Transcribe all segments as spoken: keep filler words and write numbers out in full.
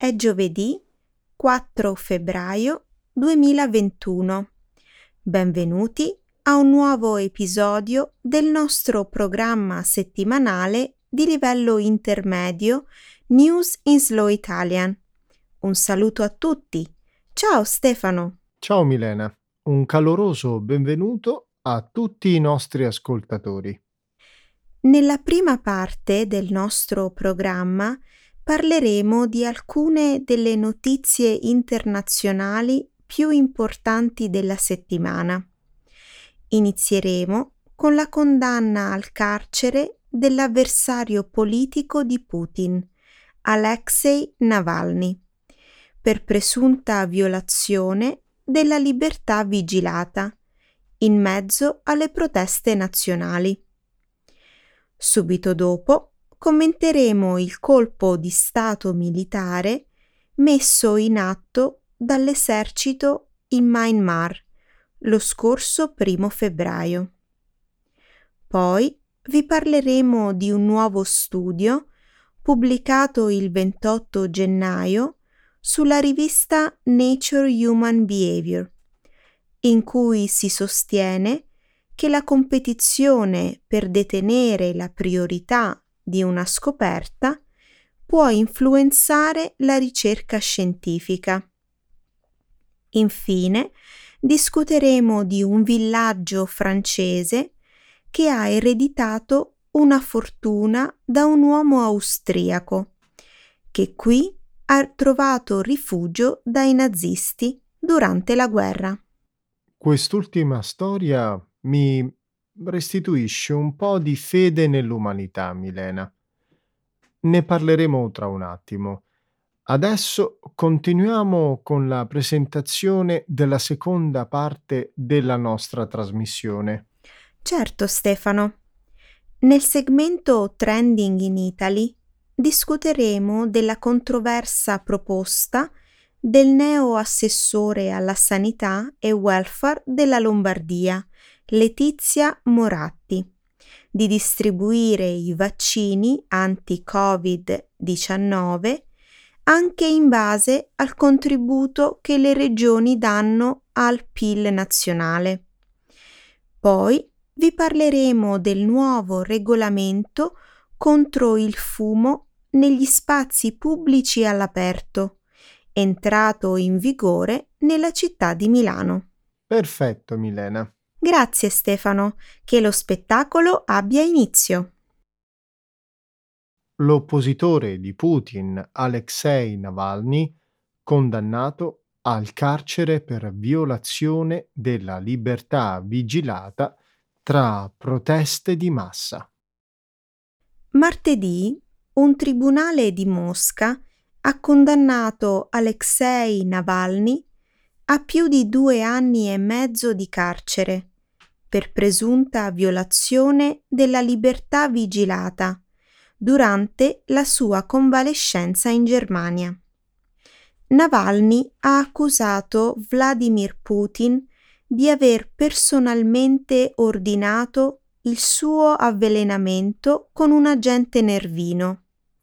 È giovedì quattro febbraio duemilaventuno. Benvenuti a un nuovo episodio del nostro programma settimanale di livello intermedio News in Slow Italian. Un saluto a tutti. Ciao Stefano. Ciao Milena, un caloroso benvenuto a tutti i nostri ascoltatori. Nella prima parte del nostro programma parleremo di alcune delle notizie internazionali più importanti della settimana. Inizieremo con la condanna al carcere dell'avversario politico di Putin, Alexei Navalny, per presunta violazione della libertà vigilata in mezzo alle proteste nazionali. Subito dopo commenteremo il colpo di stato militare messo in atto dall'esercito in Myanmar lo scorso primo febbraio. Poi vi parleremo di un nuovo studio pubblicato il ventotto gennaio sulla rivista Nature Human Behavior, in cui si sostiene che la competizione per detenere la priorità di una scoperta può influenzare la ricerca scientifica. Infine, discuteremo di un villaggio francese che ha ereditato una fortuna da un uomo austriaco, che qui ha trovato rifugio dai nazisti durante la guerra. Quest'ultima storia mi restituisce un po' di fede nell'umanità, Milena. Ne parleremo tra un attimo. Adesso continuiamo con la presentazione della seconda parte della nostra trasmissione. Certo, Stefano. Nel segmento Trending in Italy discuteremo della controversa proposta del neo assessore alla sanità e welfare della Lombardia, Letizia Moratti, di distribuire i vaccini anti-covid diciannove anche in base al contributo che le regioni danno al P I L nazionale. Poi vi parleremo del nuovo regolamento contro il fumo negli spazi pubblici all'aperto, entrato in vigore nella città di Milano. Perfetto, Milena. Grazie Stefano, che lo spettacolo abbia inizio. L'oppositore di Putin, Alexei Navalny, condannato al carcere per violazione della libertà vigilata tra proteste di massa. Martedì un tribunale di Mosca ha condannato Alexei Navalny a più di due anni e mezzo di carcere per presunta violazione della libertà vigilata durante la sua convalescenza in Germania. Navalny ha accusato Vladimir Putin di aver personalmente ordinato il suo avvelenamento con un agente nervino.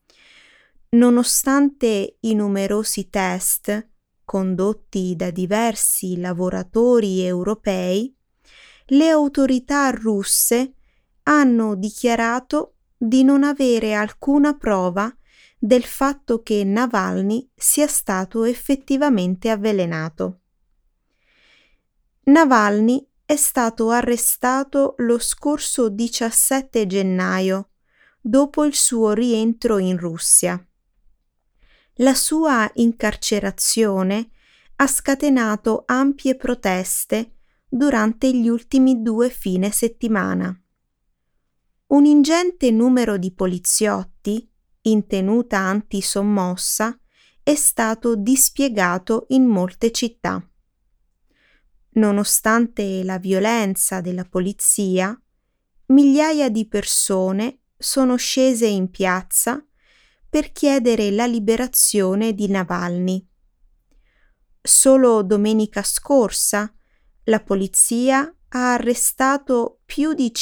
Nonostante i numerosi test condotti da diversi lavoratori europei, le autorità russe hanno dichiarato di non avere alcuna prova del fatto che Navalny sia stato effettivamente avvelenato. Navalny è stato arrestato lo scorso diciassette gennaio, dopo il suo rientro in Russia. La sua incarcerazione ha scatenato ampie proteste durante gli ultimi due fine settimana. Un ingente numero di poliziotti, in tenuta antisommossa, è stato dispiegato in molte città. Nonostante la violenza della polizia, migliaia di persone sono scese in piazza per chiedere la liberazione di Navalny. Solo domenica scorsa la polizia ha arrestato più di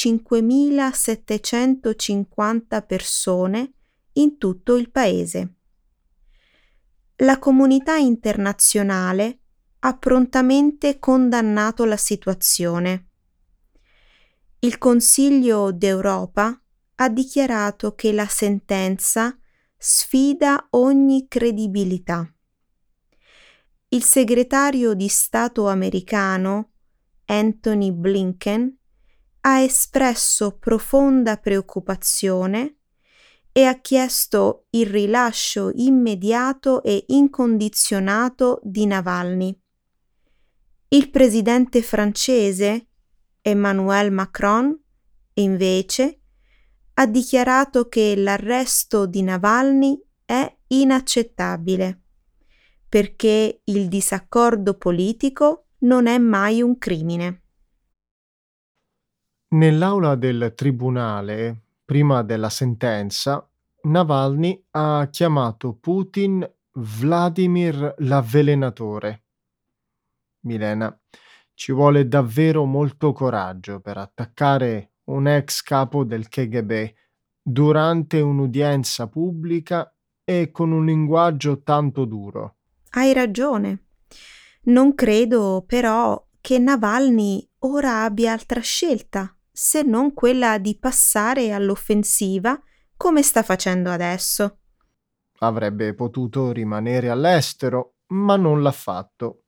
cinquemilasettecentocinquanta persone in tutto il paese. La comunità internazionale ha prontamente condannato la situazione. Il Consiglio d'Europa ha dichiarato che la sentenza sfida ogni credibilità. Il segretario di Stato americano, Anthony Blinken, ha espresso profonda preoccupazione e ha chiesto il rilascio immediato e incondizionato di Navalny. Il presidente francese, Emmanuel Macron, invece, ha dichiarato che l'arresto di Navalny è inaccettabile, perché il disaccordo politico non è mai un crimine. Nell'aula del tribunale, prima della sentenza, Navalny ha chiamato Putin Vladimir l'avvelenatore. Milena, ci vuole davvero molto coraggio per attaccare un ex capo del K G B durante un'udienza pubblica e con un linguaggio tanto duro. Hai ragione. Non credo però che Navalny ora abbia altra scelta se non quella di passare all'offensiva come sta facendo adesso. Avrebbe potuto rimanere all'estero, ma non l'ha fatto.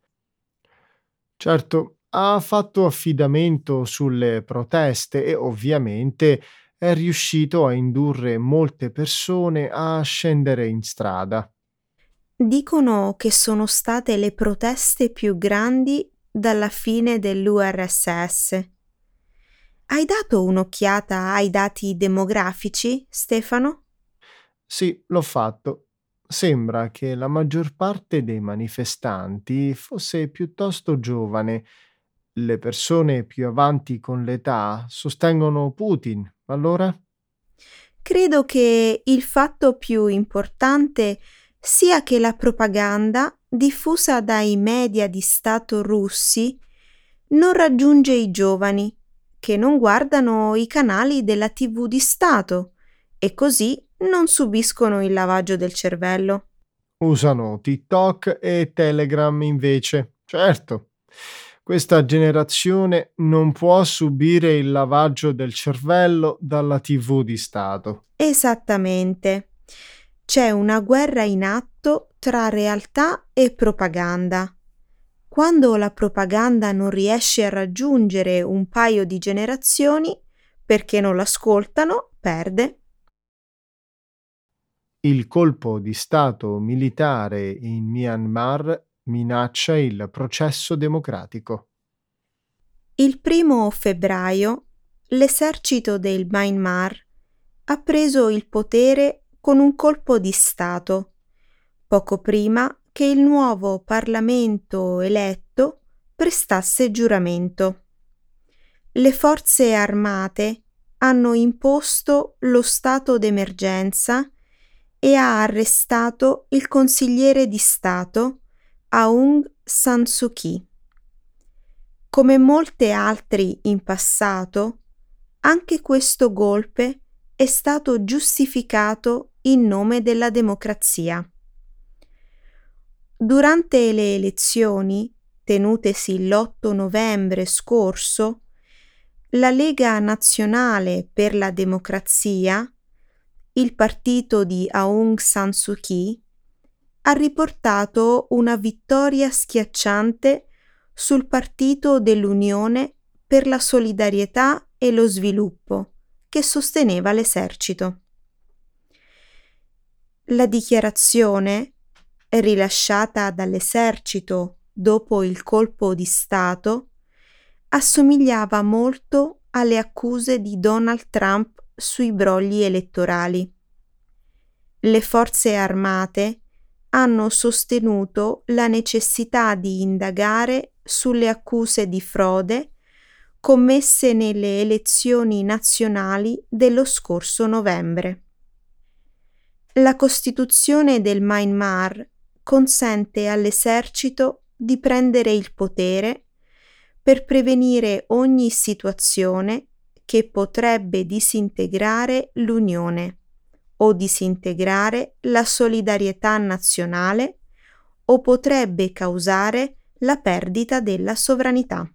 Certo, ha fatto affidamento sulle proteste e ovviamente è riuscito a indurre molte persone a scendere in strada. Dicono che sono state le proteste più grandi dalla fine dell'U R S S. Hai dato un'occhiata ai dati demografici, Stefano? Sì, l'ho fatto. Sembra che la maggior parte dei manifestanti fosse piuttosto giovane. Le persone più avanti con l'età sostengono Putin, allora? Credo che il fatto più importante sia che la propaganda diffusa dai media di Stato russi non raggiunge i giovani, che non guardano i canali della T V di Stato e così non subiscono il lavaggio del cervello. Usano TikTok e Telegram invece. Certo, questa generazione non può subire il lavaggio del cervello dalla T V di Stato. Esattamente. C'è una guerra in atto tra realtà e propaganda. Quando la propaganda non riesce a raggiungere un paio di generazioni, perché non l'ascoltano, perde. Il colpo di stato militare in Myanmar minaccia il processo democratico. Il primo febbraio l'esercito del Myanmar ha preso il potere con un colpo di Stato, poco prima che il nuovo Parlamento eletto prestasse giuramento. Le forze armate hanno imposto lo stato d'emergenza e ha arrestato il consigliere di Stato Aung San Suu Kyi. Come molte altri in passato, anche questo golpe è stato giustificato in nome della democrazia. Durante le elezioni, tenutesi l'otto novembre scorso, la Lega Nazionale per la Democrazia, il partito di Aung San Suu Kyi, ha riportato una vittoria schiacciante sul partito dell'Unione per la solidarietà e lo sviluppo, che sosteneva l'esercito. La dichiarazione, rilasciata dall'esercito dopo il colpo di Stato, assomigliava molto alle accuse di Donald Trump sui brogli elettorali. Le forze armate hanno sostenuto la necessità di indagare sulle accuse di frode commesse nelle elezioni nazionali dello scorso novembre. La Costituzione del Myanmar consente all'esercito di prendere il potere per prevenire ogni situazione che potrebbe disintegrare l'Unione o disintegrare la solidarietà nazionale o potrebbe causare la perdita della sovranità.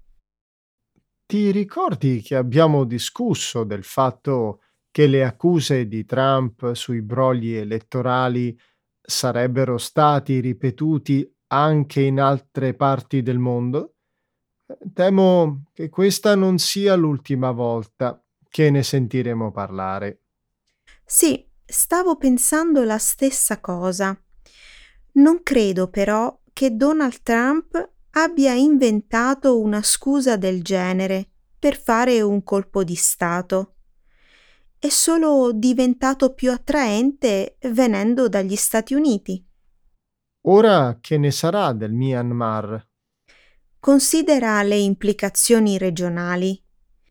Ti ricordi che abbiamo discusso del fatto che le accuse di Trump sui brogli elettorali sarebbero stati ripetuti anche in altre parti del mondo? Eh, Temo che questa non sia l'ultima volta che ne sentiremo parlare. Sì, stavo pensando la stessa cosa. Non credo però che Donald Trump abbia inventato una scusa del genere per fare un colpo di Stato. È solo diventato più attraente venendo dagli Stati Uniti. Ora che ne sarà del Myanmar? Considera le implicazioni regionali.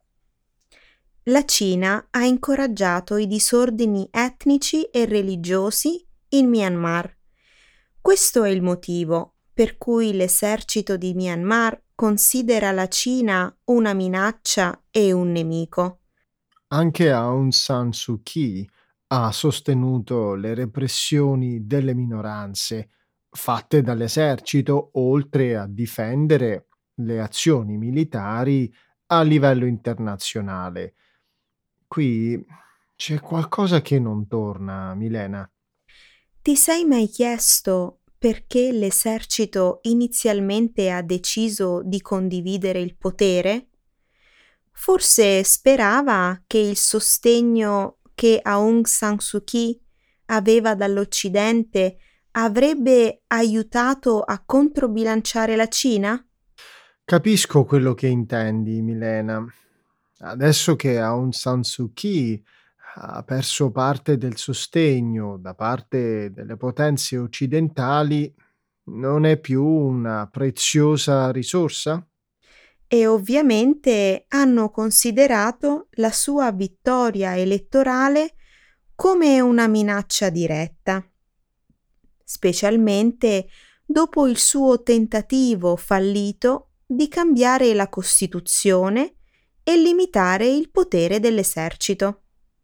La Cina ha incoraggiato i disordini etnici e religiosi in Myanmar. Questo è il motivo per cui l'esercito di Myanmar considera la Cina una minaccia e un nemico. Anche Aung San Suu Kyi ha sostenuto le repressioni delle minoranze fatte dall'esercito, oltre a difendere le azioni militari a livello internazionale. Qui c'è qualcosa che non torna, Milena. Ti sei mai chiesto perché l'esercito inizialmente ha deciso di condividere il potere? Forse sperava che il sostegno che Aung San Suu Kyi aveva dall'Occidente avrebbe aiutato a controbilanciare la Cina? Capisco quello che intendi, Milena. Adesso che Aung San Suu Kyi ha perso parte del sostegno da parte delle potenze occidentali, non è più una preziosa risorsa? E ovviamente hanno considerato la sua vittoria elettorale come una minaccia diretta, specialmente dopo il suo tentativo fallito di cambiare la Costituzione e limitare il potere dell'esercito.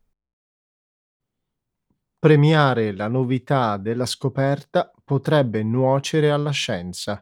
Premiare la novità della scoperta potrebbe nuocere alla scienza.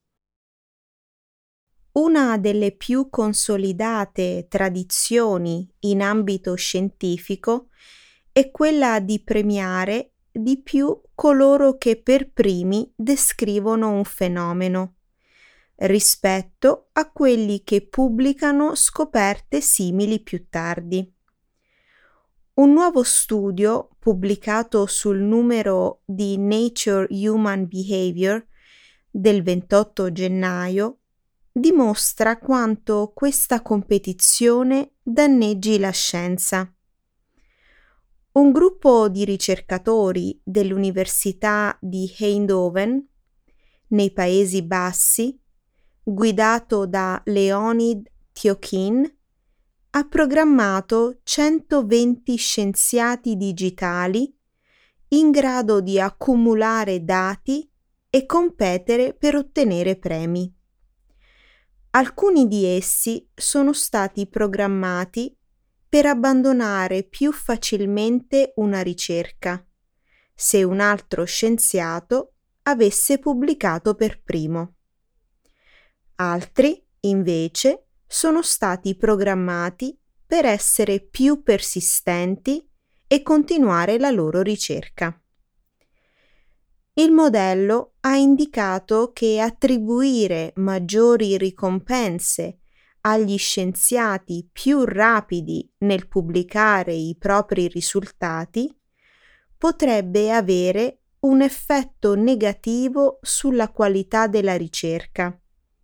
Una delle più consolidate tradizioni in ambito scientifico è quella di premiare di più coloro che per primi descrivono un fenomeno, rispetto a quelli che pubblicano scoperte simili più tardi. Un nuovo studio pubblicato sul numero di Nature Human Behavior del ventotto gennaio dimostra quanto questa competizione danneggi la scienza. Un gruppo di ricercatori dell'Università di Eindhoven, nei Paesi Bassi, guidato da Leonid Tiokin, ha programmato centoventi scienziati digitali in grado di accumulare dati e competere per ottenere premi. Alcuni di essi sono stati programmati per abbandonare più facilmente una ricerca se un altro scienziato avesse pubblicato per primo. Altri, invece, sono stati programmati per essere più persistenti e continuare la loro ricerca. Il modello ha indicato che attribuire maggiori ricompense agli scienziati più rapidi nel pubblicare i propri risultati potrebbe avere un effetto negativo sulla qualità della ricerca.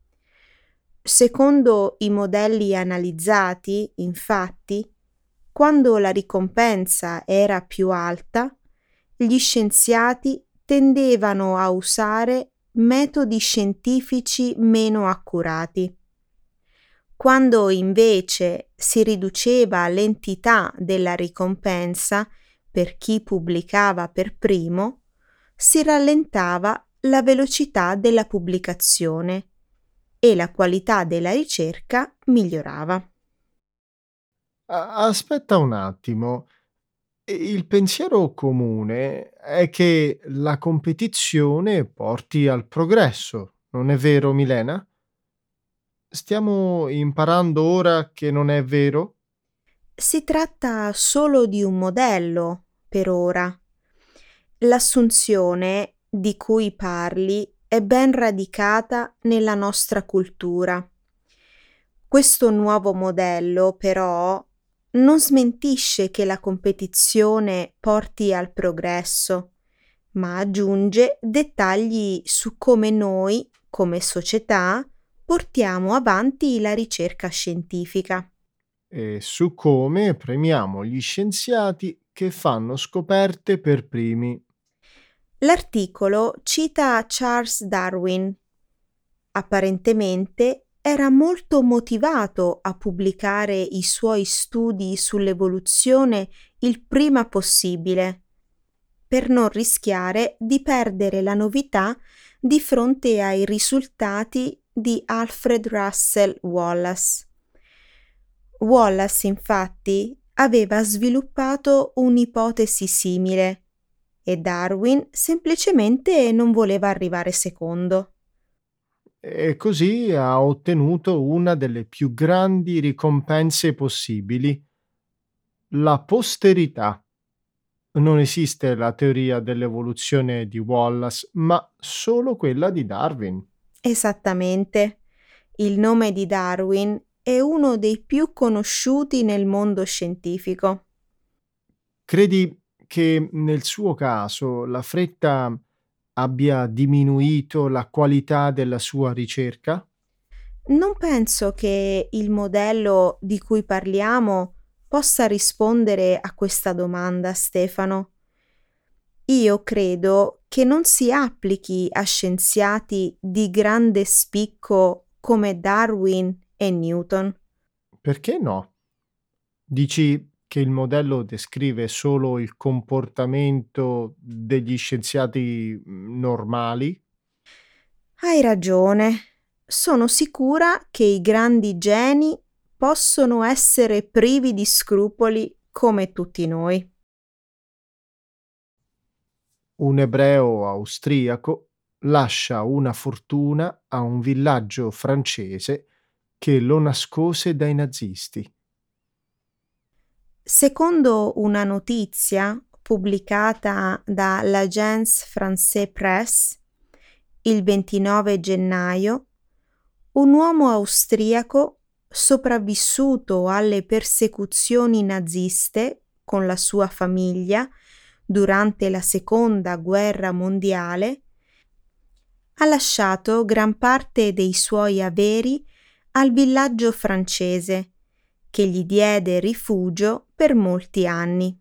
Secondo i modelli analizzati, infatti, quando la ricompensa era più alta, gli scienziati tendevano a usare metodi scientifici meno accurati. Quando invece si riduceva l'entità della ricompensa per chi pubblicava per primo, si rallentava la velocità della pubblicazione e la qualità della ricerca migliorava. A- Aspetta un attimo. E il pensiero comune è che la competizione porti al progresso, non è vero, Milena? Stiamo imparando ora che non è vero? Si tratta solo di un modello, per ora. L'assunzione di cui parli è ben radicata nella nostra cultura. Questo nuovo modello, però, non smentisce che la competizione porti al progresso, ma aggiunge dettagli su come noi, come società, portiamo avanti la ricerca scientifica. E su come premiamo gli scienziati che fanno scoperte per primi. L'articolo cita Charles Darwin. Apparentemente era molto motivato a pubblicare i suoi studi sull'evoluzione il prima possibile, per non rischiare di perdere la novità di fronte ai risultati di Alfred Russel Wallace. Wallace, infatti, aveva sviluppato un'ipotesi simile e Darwin semplicemente non voleva arrivare secondo. E così ha ottenuto una delle più grandi ricompense possibili, la posterità. Non esiste la teoria dell'evoluzione di Wallace, ma solo quella di Darwin. Esattamente. Il nome di Darwin è uno dei più conosciuti nel mondo scientifico. Credi che nel suo caso la fretta abbia diminuito la qualità della sua ricerca? Non penso che il modello di cui parliamo possa rispondere a questa domanda, Stefano. Io credo che non si applichi a scienziati di grande spicco come Darwin e Newton. Perché no? Dici che il modello descrive solo il comportamento degli scienziati mm, normali? Hai ragione. Sono sicura che i grandi geni possono essere privi di scrupoli come tutti noi. Un ebreo austriaco lascia una fortuna a un villaggio francese che lo nascose dai nazisti. Secondo una notizia pubblicata da l'Agence France-Presse il ventinove gennaio, un uomo austriaco sopravvissuto alle persecuzioni naziste con la sua famiglia durante la seconda guerra mondiale ha lasciato gran parte dei suoi averi al villaggio francese, che gli diede rifugio per molti anni.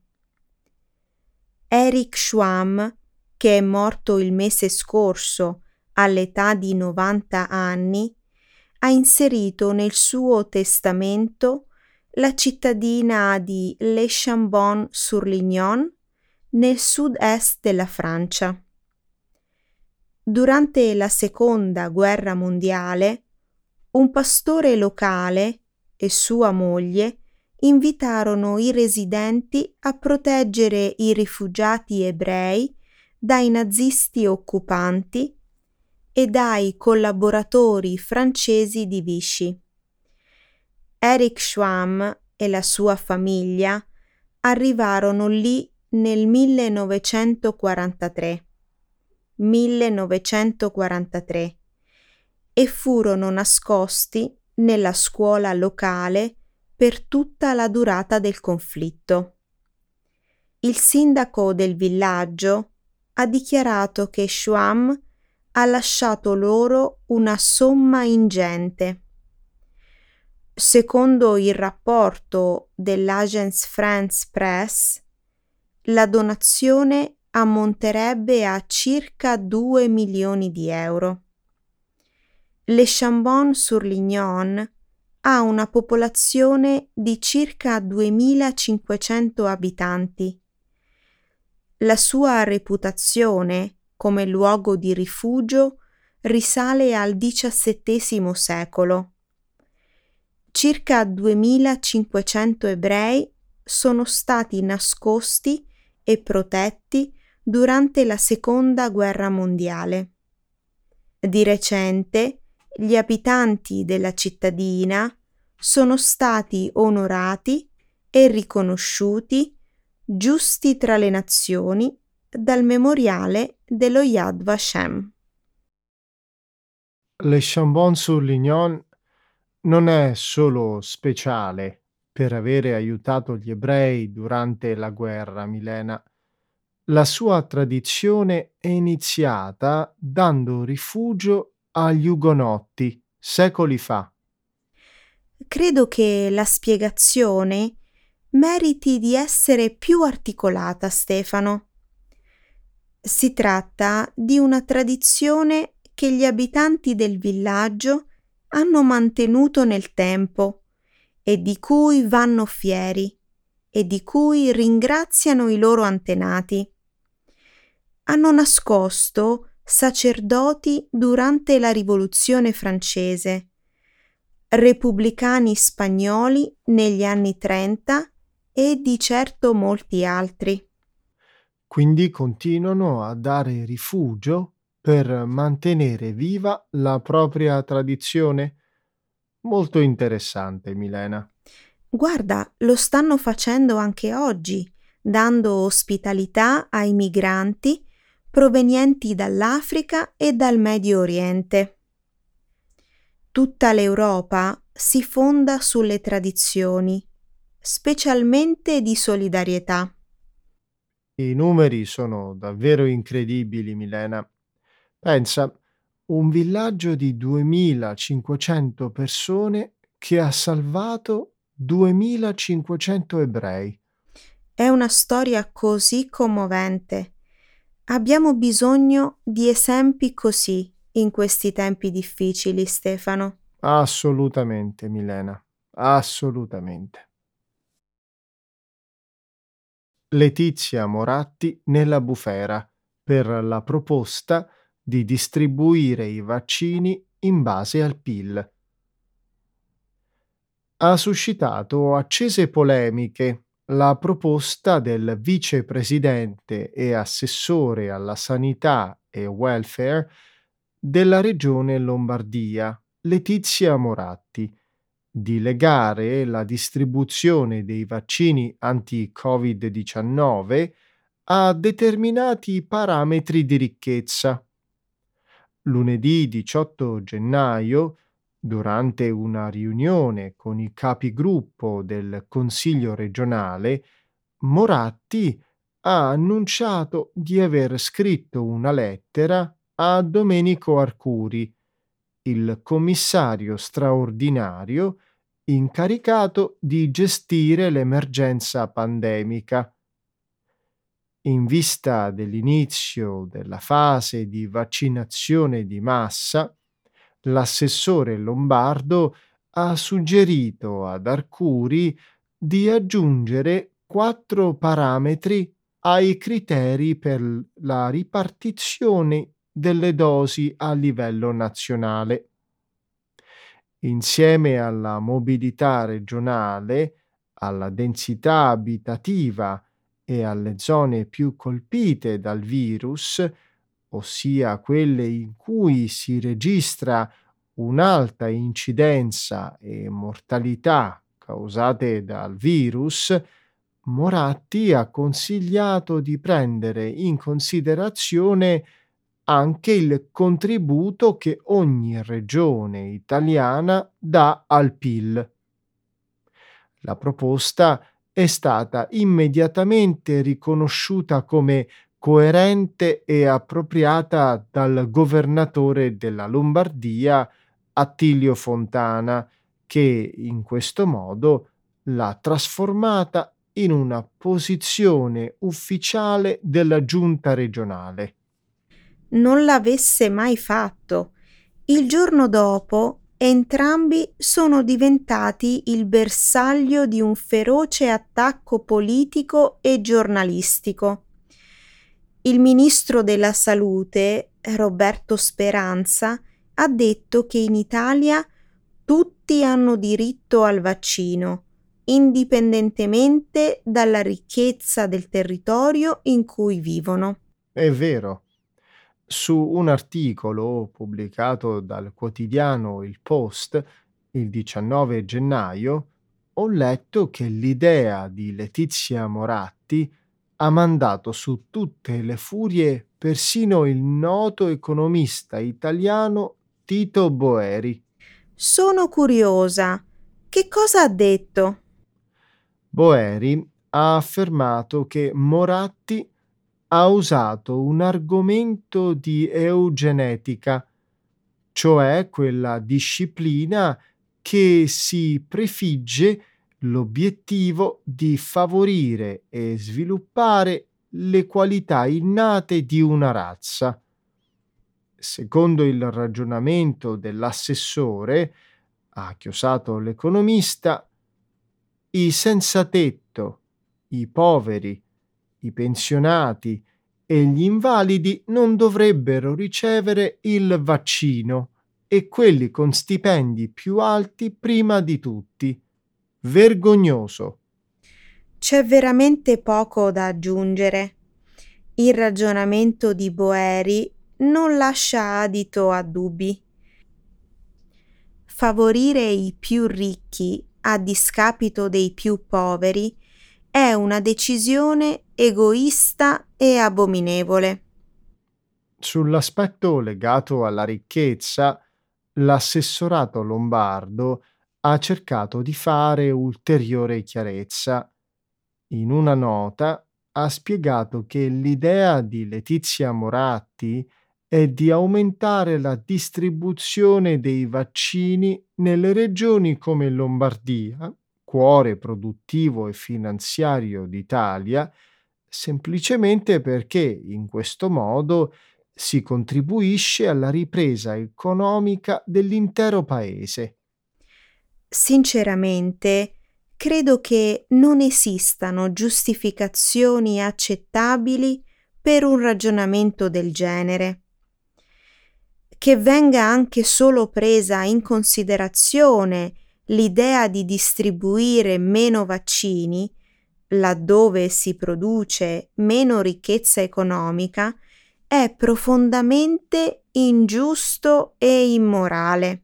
Eric Schwamm, che è morto il mese scorso all'età di novanta anni, ha inserito nel suo testamento la cittadina di Les Chambon-sur-Lignon nel sud-est della Francia. Durante la seconda guerra mondiale, un pastore locale e sua moglie invitarono i residenti a proteggere i rifugiati ebrei dai nazisti occupanti e dai collaboratori francesi di Vichy. Eric Schwamm e la sua famiglia arrivarono lì nel millenovecentoquarantatré. millenovecentoquarantatré e furono nascosti nella scuola locale per tutta la durata del conflitto. Il sindaco del villaggio ha dichiarato che Schwamm ha lasciato loro una somma ingente. Secondo il rapporto dell'Agence France Presse, la donazione ammonterebbe a circa due milioni di euro. Les Chambon-sur-Lignon ha una popolazione di circa duemilacinquecento abitanti. La sua reputazione come luogo di rifugio risale al diciassettesimo secolo. Circa duemilacinquecento ebrei sono stati nascosti e protetti durante la Seconda Guerra Mondiale. Di recente, gli abitanti della cittadina sono stati onorati e riconosciuti giusti tra le nazioni dal memoriale dello Yad Vashem. Le Chambon-sur-Lignon non è solo speciale per avere aiutato gli ebrei durante la guerra, Milena. La sua tradizione è iniziata dando rifugio agli ugonotti secoli fa. Credo che la spiegazione meriti di essere più articolata, Stefano. Si tratta di una tradizione che gli abitanti del villaggio hanno mantenuto nel tempo e di cui vanno fieri e di cui ringraziano i loro antenati. Hanno nascosto sacerdoti durante la Rivoluzione francese, repubblicani spagnoli negli anni trenta e di certo molti altri. Quindi continuano a dare rifugio per mantenere viva la propria tradizione? Molto interessante, Milena. Guarda, lo stanno facendo anche oggi, dando ospitalità ai migranti provenienti dall'Africa e dal Medio Oriente. Tutta l'Europa si fonda sulle tradizioni, specialmente di solidarietà. I numeri sono davvero incredibili, Milena. Pensa, un villaggio di duemilacinquecento persone che ha salvato duemilacinquecento ebrei. È una storia così commovente. Abbiamo bisogno di esempi così in questi tempi difficili, Stefano. Assolutamente, Milena, assolutamente. Letizia Moratti nella bufera per la proposta di distribuire i vaccini in base al P I L. Ha suscitato accese polemiche la proposta del vicepresidente e assessore alla sanità e welfare della regione Lombardia, Letizia Moratti, di legare la distribuzione dei vaccini anti-covid diciannove a determinati parametri di ricchezza. Lunedì diciotto gennaio, durante una riunione con i capigruppo del Consiglio regionale, Moratti ha annunciato di aver scritto una lettera a Domenico Arcuri, il commissario straordinario incaricato di gestire l'emergenza pandemica. In vista dell'inizio della fase di vaccinazione di massa, l'assessore lombardo ha suggerito ad Arcuri di aggiungere quattro parametri ai criteri per la ripartizione delle dosi a livello nazionale. Insieme alla mobilità regionale, alla densità abitativa e alle zone più colpite dal virus, ossia quelle in cui si registra un'alta incidenza e mortalità causate dal virus, Moratti ha consigliato di prendere in considerazione anche il contributo che ogni regione italiana dà al P I L. La proposta è stata immediatamente riconosciuta come coerente e appropriata dal governatore della Lombardia, Attilio Fontana, che in questo modo l'ha trasformata in una posizione ufficiale della giunta regionale. Non l'avesse mai fatto. Il giorno dopo entrambi sono diventati il bersaglio di un feroce attacco politico e giornalistico. Il ministro della Salute, Roberto Speranza, ha detto che in Italia tutti hanno diritto al vaccino, indipendentemente dalla ricchezza del territorio in cui vivono. È vero. Su un articolo pubblicato dal quotidiano Il Post il diciannove gennaio ho letto che l'idea di Letizia Moratti ha mandato su tutte le furie persino il noto economista italiano Tito Boeri. Sono curiosa. Che cosa ha detto? Boeri ha affermato che Moratti ha usato un argomento di eugenetica, cioè quella disciplina che si prefigge l'obiettivo di favorire e sviluppare le qualità innate di una razza. Secondo il ragionamento dell'assessore, ha chiosato l'economista, i senzatetto, i poveri, i pensionati e gli invalidi non dovrebbero ricevere il vaccino e quelli con stipendi più alti prima di tutti. Vergognoso. C'è veramente poco da aggiungere. Il ragionamento di Boeri non lascia adito a dubbi. Favorire i più ricchi a discapito dei più poveri è una decisione egoista e abominevole. Sull'aspetto legato alla ricchezza, l'assessorato lombardo ha cercato di fare ulteriore chiarezza. In una nota ha spiegato che l'idea di Letizia Moratti è di aumentare la distribuzione dei vaccini nelle regioni come Lombardia, cuore produttivo e finanziario d'Italia, semplicemente perché in questo modo si contribuisce alla ripresa economica dell'intero paese. Sinceramente, credo che non esistano giustificazioni accettabili per un ragionamento del genere. Che venga anche solo presa in considerazione l'idea di distribuire meno vaccini, laddove si produce meno ricchezza economica, è profondamente ingiusto e immorale.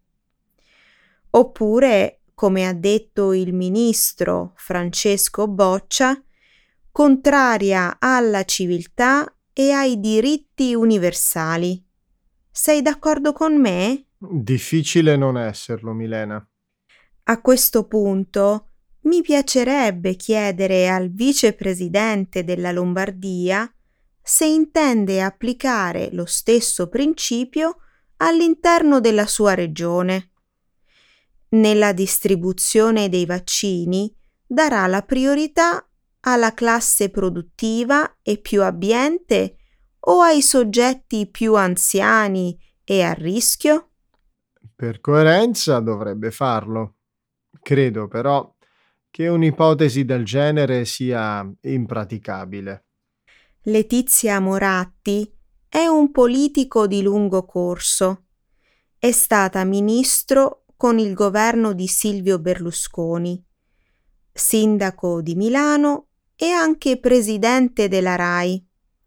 Oppure, come ha detto il ministro Francesco Boccia, contraria alla civiltà e ai diritti universali. Sei d'accordo con me? Difficile non esserlo, Milena. A questo punto mi piacerebbe chiedere al vicepresidente della Lombardia se intende applicare lo stesso principio all'interno della sua regione. Nella distribuzione dei vaccini darà la priorità alla classe produttiva e più abbiente o ai soggetti più anziani e a rischio? Per coerenza dovrebbe farlo. Credo però che un'ipotesi del genere sia impraticabile. Letizia Moratti è un politico di lungo corso. È stata ministro con il governo di Silvio Berlusconi, sindaco di Milano e anche presidente della RAI.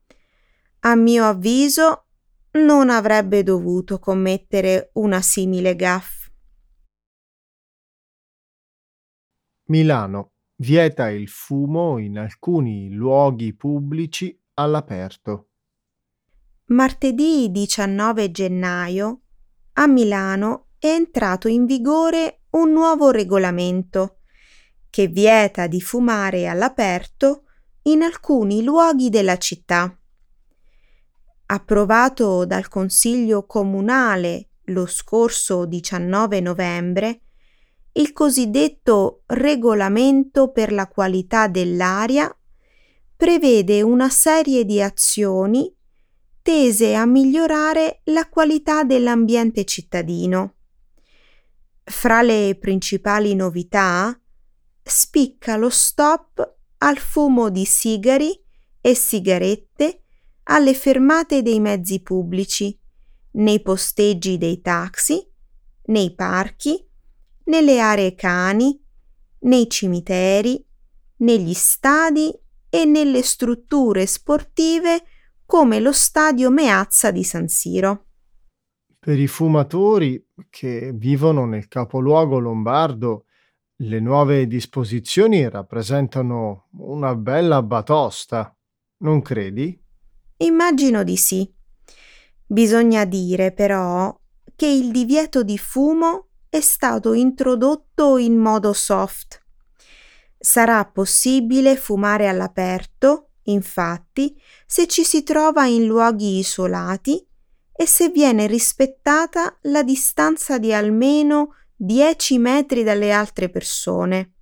A mio avviso, non avrebbe dovuto commettere una simile gaffe. Milano vieta il fumo in alcuni luoghi pubblici all'aperto. Martedì diciannove gennaio a Milano è entrato in vigore un nuovo regolamento che vieta di fumare all'aperto in alcuni luoghi della città. Approvato dal Consiglio Comunale lo scorso diciannove novembre, il cosiddetto Regolamento per la qualità dell'aria prevede una serie di azioni tese a migliorare la qualità dell'ambiente cittadino. Fra le principali novità spicca lo stop al fumo di sigari e sigarette alle fermate dei mezzi pubblici, nei posteggi dei taxi, nei parchi, nelle aree cani, nei cimiteri, negli stadi e nelle strutture sportive come lo stadio Meazza di San Siro. Per i fumatori che vivono nel capoluogo lombardo, le nuove disposizioni rappresentano una bella batosta, non credi? Immagino di sì. Bisogna dire però che il divieto di fumo è stato introdotto in modo soft. Sarà possibile fumare all'aperto, infatti, se ci si trova in luoghi isolati e se viene rispettata la distanza di almeno dieci metri dalle altre persone.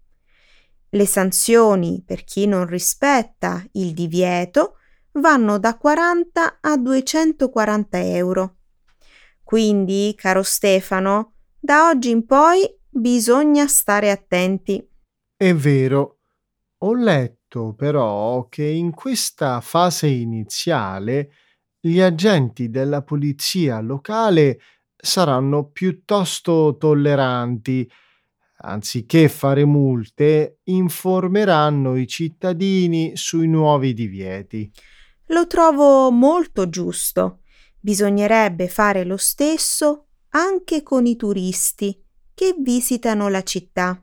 Le sanzioni per chi non rispetta il divieto vanno da quaranta a duecentoquaranta euro. Quindi, caro Stefano, da oggi in poi bisogna stare attenti. È vero, ho letto però che in questa fase iniziale gli agenti della polizia locale saranno piuttosto tolleranti. Anziché fare multe, informeranno i cittadini sui nuovi divieti. Lo trovo molto giusto. Bisognerebbe fare lo stesso anche con i turisti che visitano la città.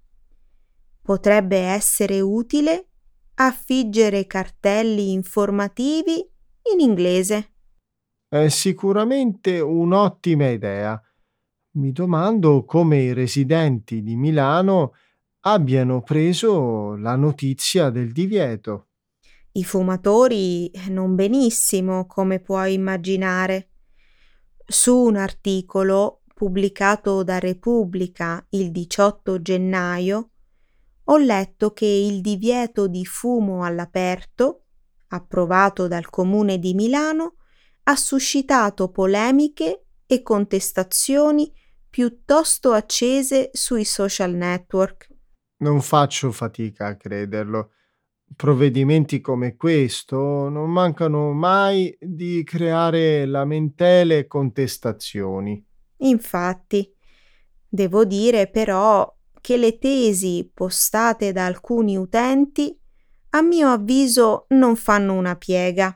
Potrebbe essere utile affiggere cartelli informativi in inglese. È sicuramente un'ottima idea. Mi domando come i residenti di Milano abbiano preso la notizia del divieto. I fumatori non benissimo, come puoi immaginare. Su un articolo pubblicato da Repubblica il diciotto gennaio ho letto che il divieto di fumo all'aperto, approvato dal Comune di Milano, ha suscitato polemiche e contestazioni piuttosto accese sui social network. Non faccio fatica a crederlo. Provvedimenti come questo non mancano mai di creare lamentele e contestazioni. Infatti, devo dire però che le tesi postate da alcuni utenti, a mio avviso, non fanno una piega.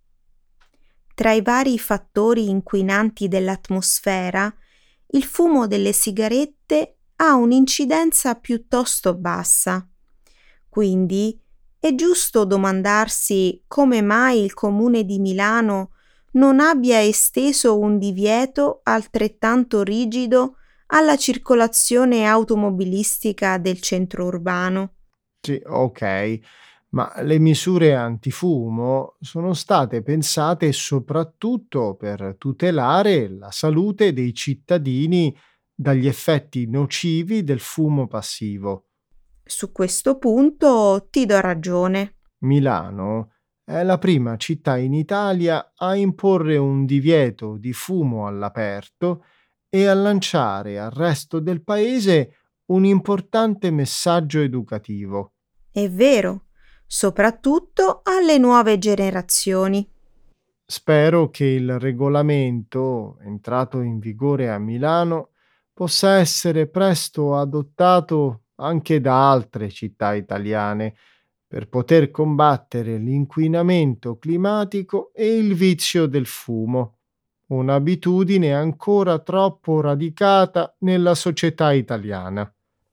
Tra i vari fattori inquinanti dell'atmosfera, il fumo delle sigarette ha un'incidenza piuttosto bassa. Quindi è giusto domandarsi come mai il Comune di Milano non abbia esteso un divieto altrettanto rigido alla circolazione automobilistica del centro urbano. Sì, ok, ma le misure antifumo sono state pensate soprattutto per tutelare la salute dei cittadini dagli effetti nocivi del fumo passivo. Su questo punto ti do ragione. Milano è la prima città in Italia a imporre un divieto di fumo all'aperto e a lanciare al resto del paese un importante messaggio educativo. È vero, soprattutto alle nuove generazioni. Spero che il regolamento, entrato in vigore a Milano, possa essere presto adottato anche da altre città italiane per poter combattere l'inquinamento climatico e il vizio del fumo, un'abitudine ancora troppo radicata nella società italiana.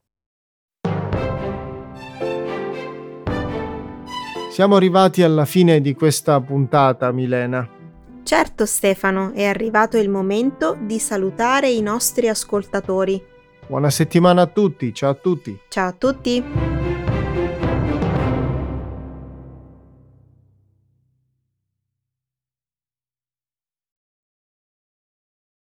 Siamo arrivati alla fine di questa puntata, Milena. Certo, Stefano, è arrivato il momento di salutare i nostri ascoltatori. Buona settimana a tutti, ciao a tutti. Ciao a tutti!